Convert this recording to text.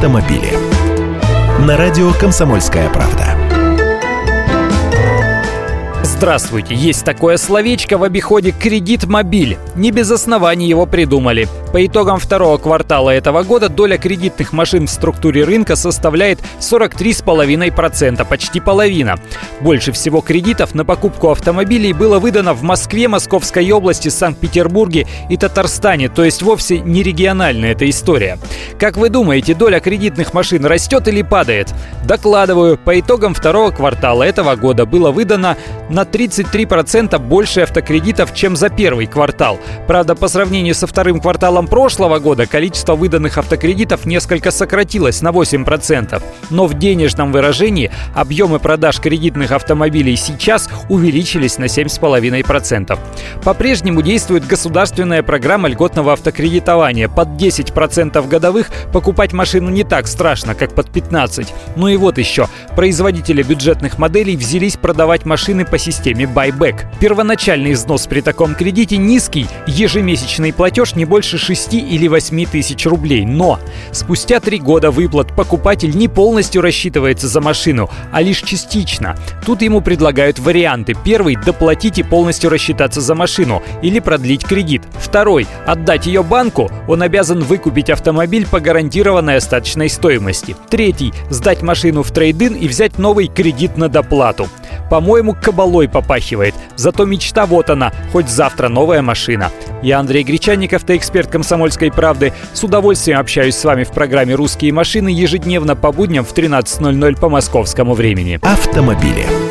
автомобили. На радио «Комсомольская правда». Здравствуйте! Есть такое словечко в обиходе «кредит-мобиль». Не без оснований его придумали. По итогам второго квартала этого года доля кредитных машин в структуре рынка составляет 43,5%, почти половина. Больше всего кредитов на покупку автомобилей было выдано в Москве, Московской области, Санкт-Петербурге и Татарстане, то есть вовсе не региональная эта история. Как вы думаете, доля кредитных машин растет или падает? Докладываю, по итогам второго квартала этого года было выдано на 33% больше автокредитов, чем за первый квартал. Правда, по сравнению со вторым кварталом прошлого года количество выданных автокредитов несколько сократилось на 8%. Но в денежном выражении объемы продаж кредитных автомобилей сейчас увеличились на 7,5%. По-прежнему действует государственная программа льготного автокредитования. Под 10% годовых покупать машину не так страшно, как под 15%. Ну и вот еще. Производители бюджетных моделей взялись продавать машины по системе «Байбэк». Первоначальный взнос при таком кредите низкий, ежемесячный платеж не больше 6 или 8 тысяч рублей. Но спустя 3 года выплат покупатель не полностью рассчитывается за машину, а лишь частично. Тут ему предлагают варианты. Первый – доплатить и полностью рассчитаться за машину или продлить кредит. Второй – отдать ее банку, он обязан выкупить автомобиль по гарантированной остаточной стоимости. Третий – сдать машину в трейд-ин и взять новый кредит на доплату. По-моему, кабалой попахивает. Зато мечта вот она, хоть завтра новая машина. Я Андрей Гречанник, автоэксперт «Комсомольской правды». С удовольствием общаюсь с вами в программе «Русские машины» ежедневно по будням в 13:00 по московскому времени. Автомобили.